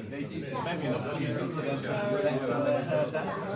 maybe an opportunity for them to because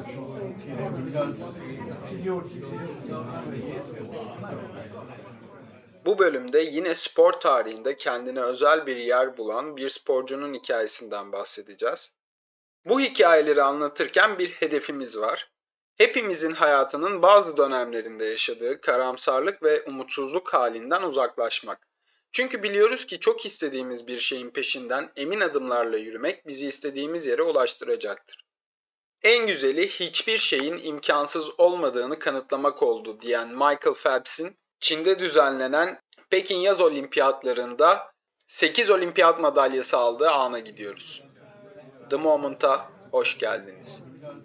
Bu bölümde yine spor tarihinde kendine özel bir yer bulan bir sporcunun hikayesinden bahsedeceğiz. Bu hikayeleri anlatırken bir hedefimiz var. Hepimizin hayatının bazı dönemlerinde yaşadığı karamsarlık ve umutsuzluk halinden uzaklaşmak. Çünkü biliyoruz ki çok istediğimiz bir şeyin peşinden emin adımlarla yürümek bizi istediğimiz yere ulaştıracaktır. En güzeli hiçbir şeyin imkansız olmadığını kanıtlamak oldu diyen Michael Phelps'in Çin'de düzenlenen Pekin Yaz Olimpiyatlarında 8 olimpiyat madalyası aldığı ana gidiyoruz. The Moment'a hoş geldiniz.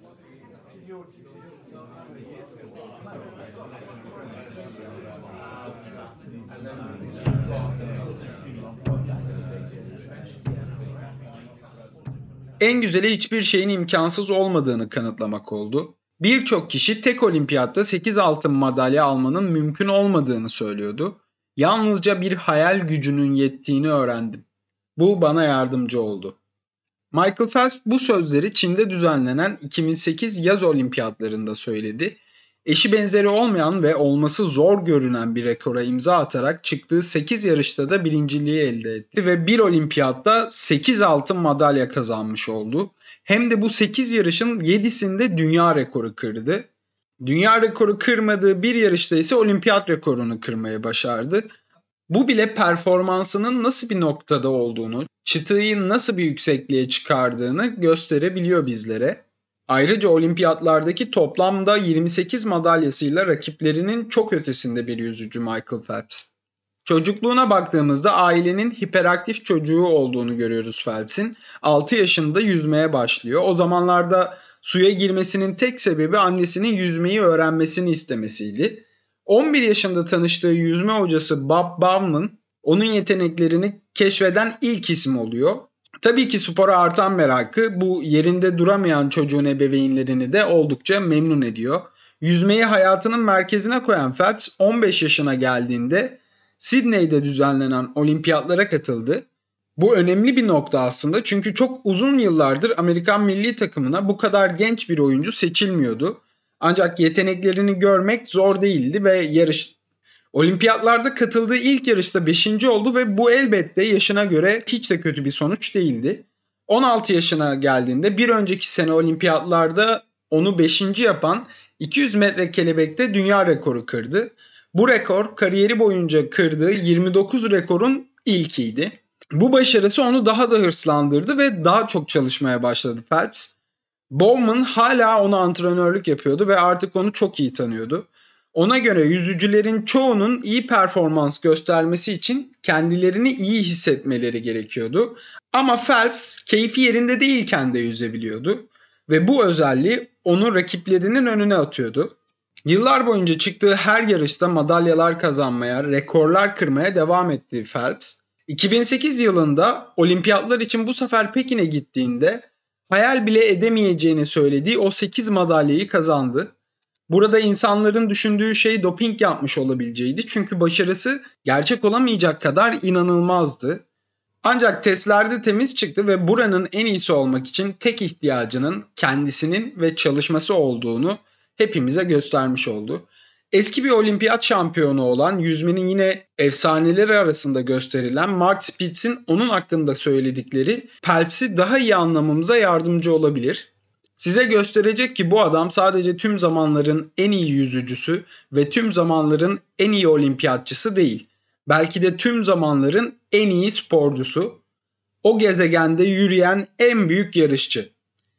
En güzeli hiçbir şeyin imkansız olmadığını kanıtlamak oldu. Birçok kişi tek olimpiyatta 8 altın madalya almanın mümkün olmadığını söylüyordu. Yalnızca bir hayal gücünün yettiğini öğrendim. Bu bana yardımcı oldu. Michael Phelps bu sözleri Çin'de düzenlenen 2008 yaz olimpiyatlarında söyledi. Eşi benzeri olmayan ve olması zor görünen bir rekora imza atarak çıktığı 8 yarışta da birinciliği elde etti ve bir olimpiyatta 8 altın madalya kazanmış oldu. Hem de bu 8 yarışın 7'sinde dünya rekoru kırdı. Dünya rekoru kırmadığı bir yarışta ise olimpiyat rekorunu kırmayı başardı. Bu bile performansının nasıl bir noktada olduğunu, çıtayı nasıl bir yüksekliğe çıkardığını gösterebiliyor bizlere. Ayrıca olimpiyatlardaki toplamda 28 madalyasıyla rakiplerinin çok ötesinde bir yüzücü Michael Phelps. Çocukluğuna baktığımızda ailenin hiperaktif çocuğu olduğunu görüyoruz Phelps'in. 6 yaşında yüzmeye başlıyor. O zamanlarda suya girmesinin tek sebebi annesinin yüzmeyi öğrenmesini istemesiydi. 11 yaşında tanıştığı yüzme hocası Bob Bowman onun yeteneklerini keşfeden ilk isim oluyor. Tabii ki spora artan merakı bu yerinde duramayan çocuğun ebeveynlerini de oldukça memnun ediyor. Yüzmeyi hayatının merkezine koyan Phelps 15 yaşına geldiğinde Sydney'de düzenlenen olimpiyatlara katıldı. Bu önemli bir nokta aslında çünkü çok uzun yıllardır Amerikan milli takımına bu kadar genç bir oyuncu seçilmiyordu. Ancak yeteneklerini görmek zor değildi ve olimpiyatlarda katıldığı ilk yarışta 5. oldu ve bu elbette yaşına göre hiç de kötü bir sonuç değildi. 16 yaşına geldiğinde bir önceki sene olimpiyatlarda onu 5. yapan 200 metre kelebekte dünya rekoru kırdı. Bu rekor kariyeri boyunca kırdığı 29 rekorun ilkiydi. Bu başarısı onu daha da hırslandırdı ve daha çok çalışmaya başladı Phelps. Bowman hala ona antrenörlük yapıyordu ve artık onu çok iyi tanıyordu. Ona göre yüzücülerin çoğunun iyi performans göstermesi için kendilerini iyi hissetmeleri gerekiyordu. Ama Phelps keyfi yerinde değilken de yüzebiliyordu ve bu özelliği onu rakiplerinin önüne atıyordu. Yıllar boyunca çıktığı her yarışta madalyalar kazanmaya, rekorlar kırmaya devam etti Phelps. 2008 yılında olimpiyatlar için bu sefer Pekin'e gittiğinde hayal bile edemeyeceğini söylediği o 8 madalyayı kazandı. Burada insanların düşündüğü şey doping yapmış olabileceğiydi. Çünkü başarısı gerçek olamayacak kadar inanılmazdı. Ancak testlerde temiz çıktı ve buranın en iyisi olmak için tek ihtiyacının kendisinin ve çalışması olduğunu hepimize göstermiş oldu. Eski bir olimpiyat şampiyonu olan yüzmenin yine efsaneleri arasında gösterilen Mark Spitz'in onun hakkında söyledikleri Phelps'i daha iyi anlamamıza yardımcı olabilir. Size gösterecek ki bu adam sadece tüm zamanların en iyi yüzücüsü ve tüm zamanların en iyi olimpiyatçısı değil. Belki de tüm zamanların en iyi sporcusu. O gezegende yürüyen en büyük yarışçı.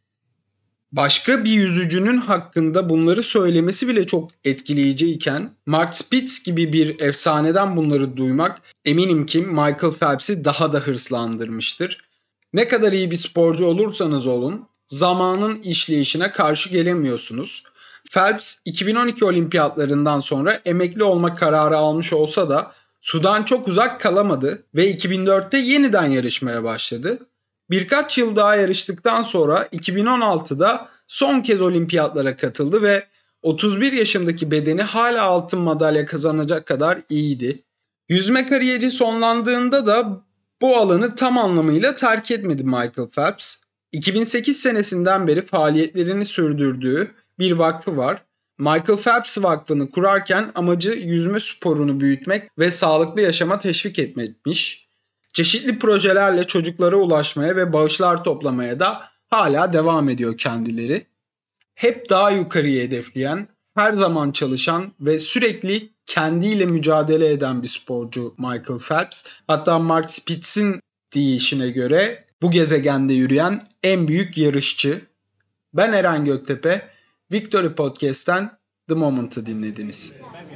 Başka bir yüzücünün hakkında bunları söylemesi bile çok etkileyiciyken Mark Spitz gibi bir efsaneden bunları duymak eminim ki Michael Phelps'i daha da hırslandırmıştır. Ne kadar iyi bir sporcu olursanız olun zamanın işleyişine karşı gelemiyorsunuz. Phelps 2012 olimpiyatlarından sonra emekli olma kararı almış olsa da sudan çok uzak kalamadı ve 2004'te yeniden yarışmaya başladı. Birkaç yıl daha yarıştıktan sonra 2016'da son kez olimpiyatlara katıldı ve 31 yaşındaki bedeni hala altın madalya kazanacak kadar iyiydi. Yüzme kariyeri sonlandığında da Bu alanı tam anlamıyla terk etmedi Michael Phelps. 2008 senesinden beri faaliyetlerini sürdürdüğü bir vakfı var. Michael Phelps Vakfı'nı kurarken amacı yüzme sporunu büyütmek ve sağlıklı yaşama teşvik etmekmiş. Çeşitli projelerle çocuklara ulaşmaya ve bağışlar toplamaya da hala devam ediyor kendileri. Hep daha yukarıyı hedefleyen, her zaman çalışan ve sürekli kendiyle mücadele eden bir sporcu Michael Phelps. Hatta Mark Spitz'in deyişine göre bu gezegende yürüyen en büyük yarışçı. Ben Eren Göktepe, Victory Podcast'ten The Moment'ı dinlediniz.